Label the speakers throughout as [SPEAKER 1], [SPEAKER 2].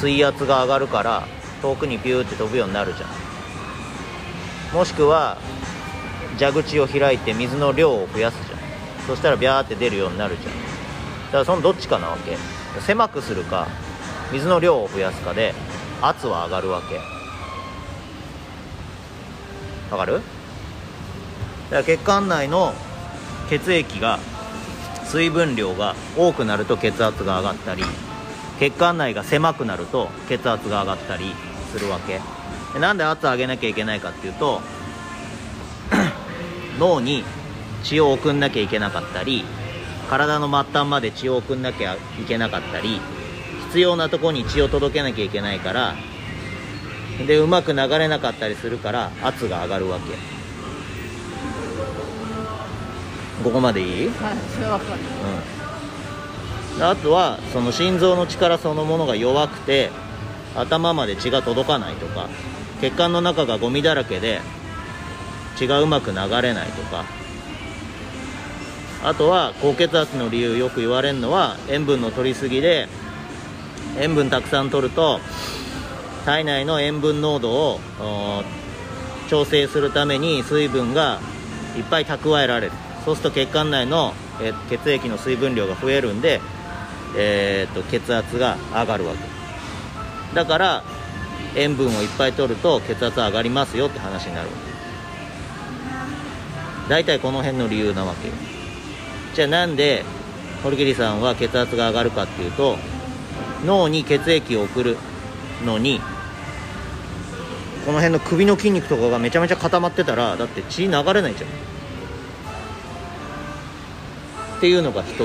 [SPEAKER 1] 水圧が上がるから遠くにピューって飛ぶようになるじゃん。もしくは蛇口を開いて水の量を増やすじゃん。そしたらビャーって出るようになるじゃん。だからそのどっちかなわけ。狭くするか水の量を増やすかで圧は上がるわけ。わかる？だから血管内の血液が水分量が多くなると血圧が上がったり、血管内が狭くなると血圧が上がったりするわけ。でなんで圧を上げなきゃいけないかっていうと脳に血を送んなきゃいけなかったり、体の末端まで血を送んなきゃいけなかったり、必要なところに血を届けなきゃいけないから、でうまく流れなかったりするから圧が上がるわけ。ここまでいい？
[SPEAKER 2] はい、それは分かる。
[SPEAKER 1] あとはその心臓の力そのものが弱くて頭まで血が届かないとか、血管の中がゴミだらけで血がうまく流れないとか、あとは高血圧の理由よく言われるのは塩分の摂りすぎで、塩分たくさん摂ると体内の塩分濃度を調整するために水分がいっぱい蓄えられる。そうすると血管内の血液の水分量が増えるんで、血圧が上がるわけだから、塩分をいっぱい摂ると血圧上がりますよって話になるわけ。だいたいこの辺の理由なわけよ。じゃあなんで堀切さんは血圧が上がるかっていうと、脳に血液を送るのにこの辺の首の筋肉とかがめちゃめちゃ固まってたら、だって血流れないじゃんっていうのが一つ。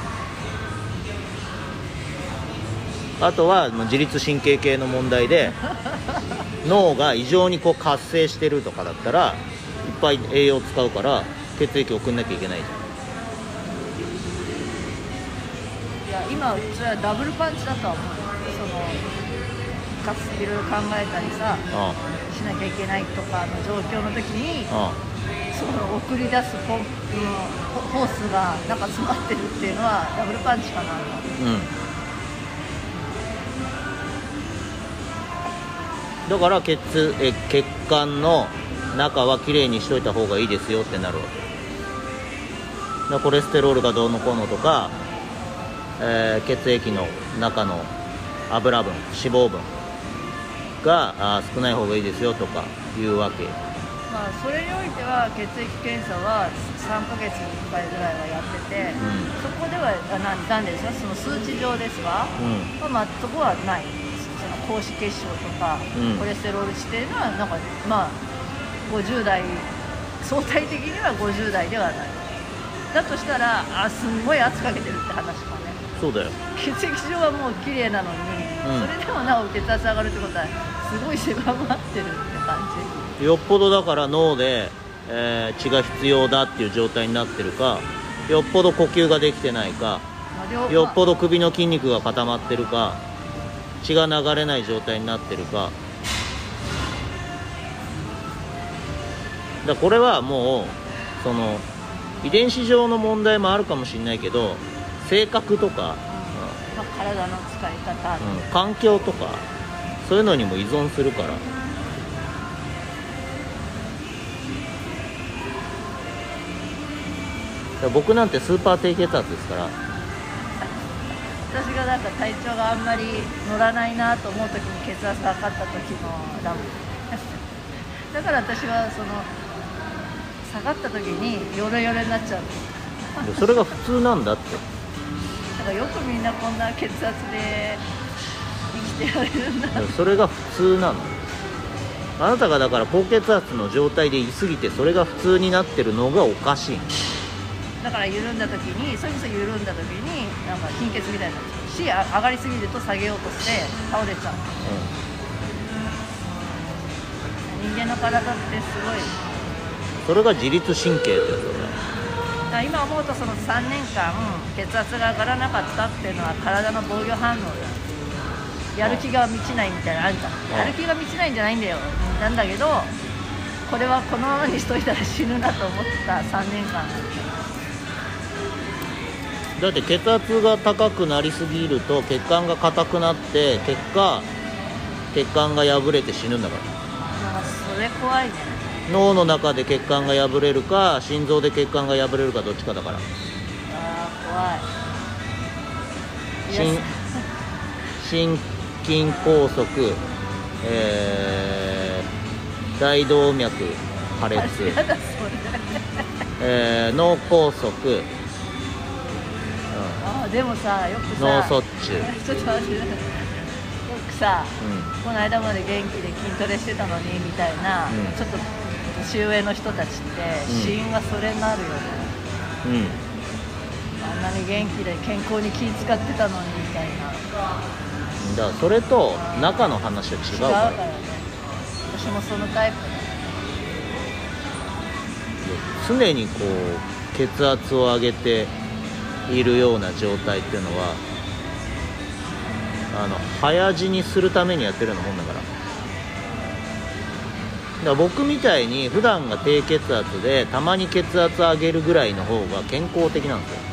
[SPEAKER 1] あとは自律神経系の問題で脳が異常にこう活性してるとかだったら、いっぱい栄養使うから血液を送んなきゃいけないじ
[SPEAKER 2] いや今それはダブルパンチだとは思う。いろいろ考えたりさ、しなきゃいけないとかの状況の時に、その送り出すポースがなんか詰まってるっていうのはダブルパンチかなと。
[SPEAKER 1] だから血管の中はきれいにしといた方がいいですよってなるわけだ。コレステロールがどうのこうのとか、血液の中の油分、脂肪分が少ない方がいいですよとかいうわけ。
[SPEAKER 2] まあ、それにおいては血液検査は3ヶ月に1回ぐらいはやってて、そこではなんですか、その数値上ですが、まあそこはない。その高脂血症とか、コレステロール値っていうのはなんかまあ50代、相対的には50代ではない。だとしたらすんごい圧かけてるって話かね。
[SPEAKER 1] そうだよ。
[SPEAKER 2] 血液上はもう綺麗なのに、それでもなお血圧上がるってことはすごい狭まってるって感じ。
[SPEAKER 1] よっぽどだから脳で、血が必要だっていう状態になってるか、よっぽど呼吸ができてないか、よっぽど首の筋肉が固まってるか、血が流れない状態になってるか。だこれはもうその遺伝子上の問題もあるかもしれないけど、性格とか、
[SPEAKER 2] 体の使い方、
[SPEAKER 1] 環境とかそういうのにも依存するから。僕なんてスーパー低血圧ですから。
[SPEAKER 2] 私がなんか体調があんまり乗らないなと思う時に血圧が上がった時のダブルだから私はその下がった時にヨレヨレになっちゃう
[SPEAKER 1] それが普通なんだって。
[SPEAKER 2] だからよくみんなこんな血圧で生きてられるんだ。
[SPEAKER 1] それが普通なの。あなたがだから高血圧の状態でいすぎてそれが普通になってるのがおかしい。
[SPEAKER 2] だから緩んだ時に、それこそ緩んだ時になんか貧血みたいになっちゃうし、上がりすぎると下げようとして倒れちゃう、人間の体ってすごい。
[SPEAKER 1] それが自律神経ってやつだね。
[SPEAKER 2] 今思うとその3年間血圧が上がらなかったっていうのは体の防御反応だ。やる気が満ちないみたいなのあるじゃん。やる気が満ちないんじゃないんだよ。なんだけどこれはこのままにしといたら死ぬなと思った3年間。
[SPEAKER 1] だだって血圧が高くなりすぎると血管が硬くなって結果血管が破れて死ぬんだから。
[SPEAKER 2] なんかそれ怖いね。
[SPEAKER 1] 脳の中で血管が破れるか心臓で血管が破れるかどっちかだから。
[SPEAKER 2] ああ怖い。
[SPEAKER 1] 心筋梗塞、大動脈破裂、
[SPEAKER 2] やだそれ
[SPEAKER 1] 脳梗塞、
[SPEAKER 2] あでもさよくさ
[SPEAKER 1] 脳卒中
[SPEAKER 2] ちょっと待ってよくさ、
[SPEAKER 1] う
[SPEAKER 2] この間まで元気で筋トレしてたのにみたいな、ちょっと年上の人たちって死因がそれになるよね、あんなに元気で健康に気使ってたのにみたいな。
[SPEAKER 1] だからそれと中の話は違うから
[SPEAKER 2] ね。私もそのタイプだ。
[SPEAKER 1] 常にこう血圧を上げているような状態っていうのは早死にするためにやってるようなもんだから。だから僕みたいに普段が低血圧でたまに血圧上げるぐらいの方が健康的なんですよ。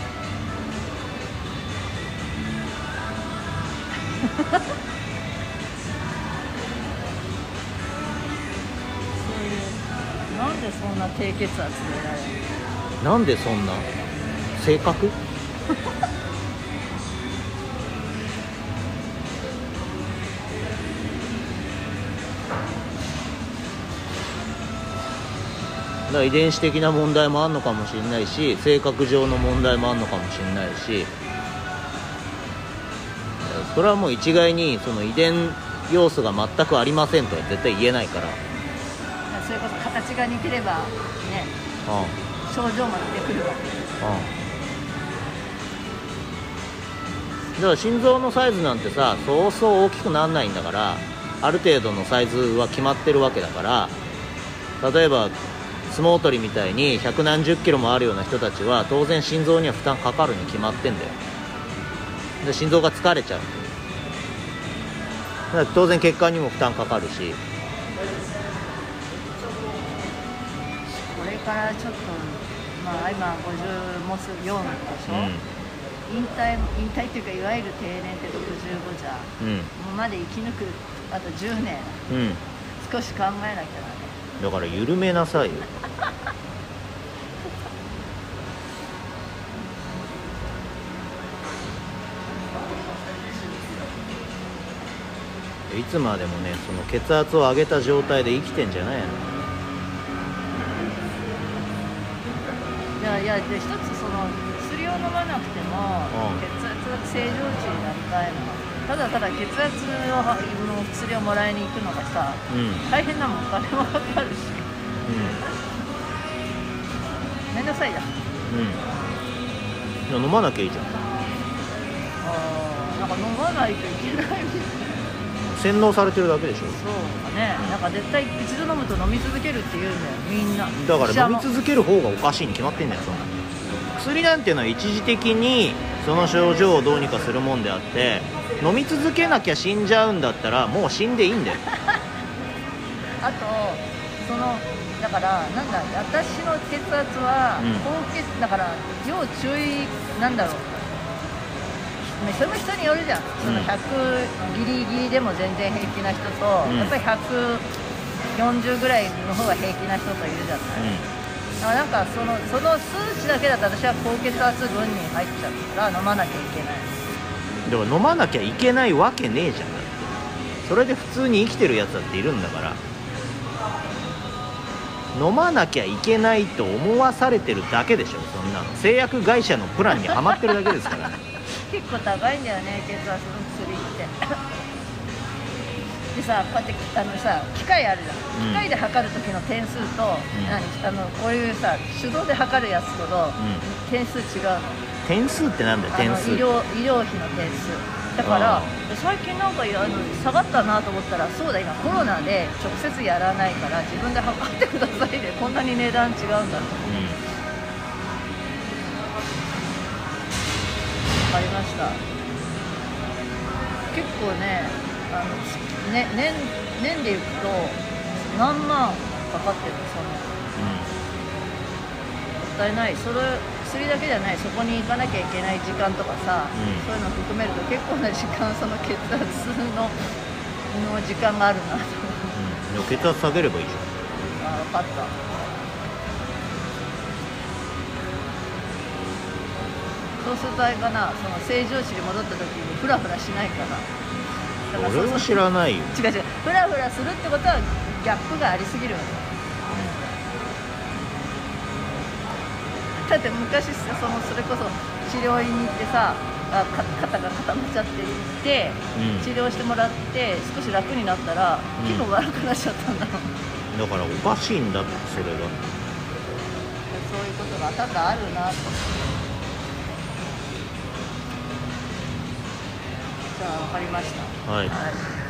[SPEAKER 2] なんでそんな低血圧でいられる
[SPEAKER 1] の？なんでそんな性格？だから遺伝子的な問題もあるのかもしれないし性格上の問題もあるのかもしれないし、それはもう一概にその遺伝要素が全くありませんとは絶対言えないから。
[SPEAKER 2] それこそ形が似てればね、症状も似てくるわけです。
[SPEAKER 1] だから心臓のサイズなんてさそうそう大きくならないんだから、ある程度のサイズは決まってるわけだから、例えば相撲取りみたいに百何十キロもあるような人たちは当然心臓には負担かかるに決まってんだよ。で心臓が疲れちゃう。だから当然血管にも負担かかるし。
[SPEAKER 2] これからちょっとまあ今50もうすぐ4でしょ、引退っていうかいわゆる定年って65じゃ、もうまで生き抜くあと10年、少し考えなきゃなね。
[SPEAKER 1] だから緩めなさいよ。いつまでもねその血圧を上げた状態で生きてんじゃないの。
[SPEAKER 2] いやで一つその薬を飲まなくても、血圧が正常値になりたいの。ただただ血圧の薬をもらいに行くのがさ、大変なもん、お金もかかるし、めんどくさいじゃん。
[SPEAKER 1] 飲まなきゃいいじゃん。
[SPEAKER 2] なんか飲まないといけないみたいな。
[SPEAKER 1] 洗脳されてるだけでしょ。
[SPEAKER 2] そうかね、なんか絶対一度飲むと飲み続けるって言うんだよみんな。
[SPEAKER 1] だから飲み続ける方がおかしいに決まってんだよ。そんな薬なんていうのは一時的にその症状をどうにかするもんであって、飲み続けなきゃ死んじゃうんだったらもう死んでいいんだよ。
[SPEAKER 2] あとそのだからなんだ私の血圧は高血、だから要注意なんだろう、その人によるじゃん。その100ギリギリでも全然平気な人と、やっぱり140ぐらいの方が平気な人といるじゃない、だからなんかその数値だけだと私は高血圧群に入っちゃうから飲まなきゃいけない。
[SPEAKER 1] でも飲まなきゃいけないわけねえじゃん。だってそれで普通に生きてるやつだっているんだから、飲まなきゃいけないと思わされてるだけでしょ。そんなの製薬会社のプランにはまってるだけですからね。
[SPEAKER 2] 結構高いんだよね血圧の薬ってでさ、こうやって機械あるじゃん、機械で測る時の点数と、こういうさ手動で測るやつほど、点数違うの。
[SPEAKER 1] 点数ってなんだよ。点数
[SPEAKER 2] 医療費の点数だから、最近なんか下がったなと思ったら、そうだ今コロナで直接やらないから自分で測ってくださいでこんなに値段違うんだと思って、ありました。結構ね、年でいくと何万かかってるの。そんなもったいない。そ薬だけじゃない、そこに行かなきゃいけない時間とかさ、そういうの含めると結構な時間、その血圧の時間があるなと。
[SPEAKER 1] でも血圧下げればいいじ
[SPEAKER 2] あ、分かった。そうするとあれかな、その正常値に戻った時にフラフラしないかな。
[SPEAKER 1] ゃん。俺は知らないよ。
[SPEAKER 2] 違う違う、フラフラするってことはギャップがありすぎるわけだって昔さ、それこそ治療院に行ってさ、肩が固まっちゃっていって、治療してもらって少し楽になったら、結構悪くなっちゃったんだろう。
[SPEAKER 1] だからおかしいんだって、それが。
[SPEAKER 2] そういうことが多々あるなと。じゃあ分かりました。
[SPEAKER 1] はい、
[SPEAKER 2] はい。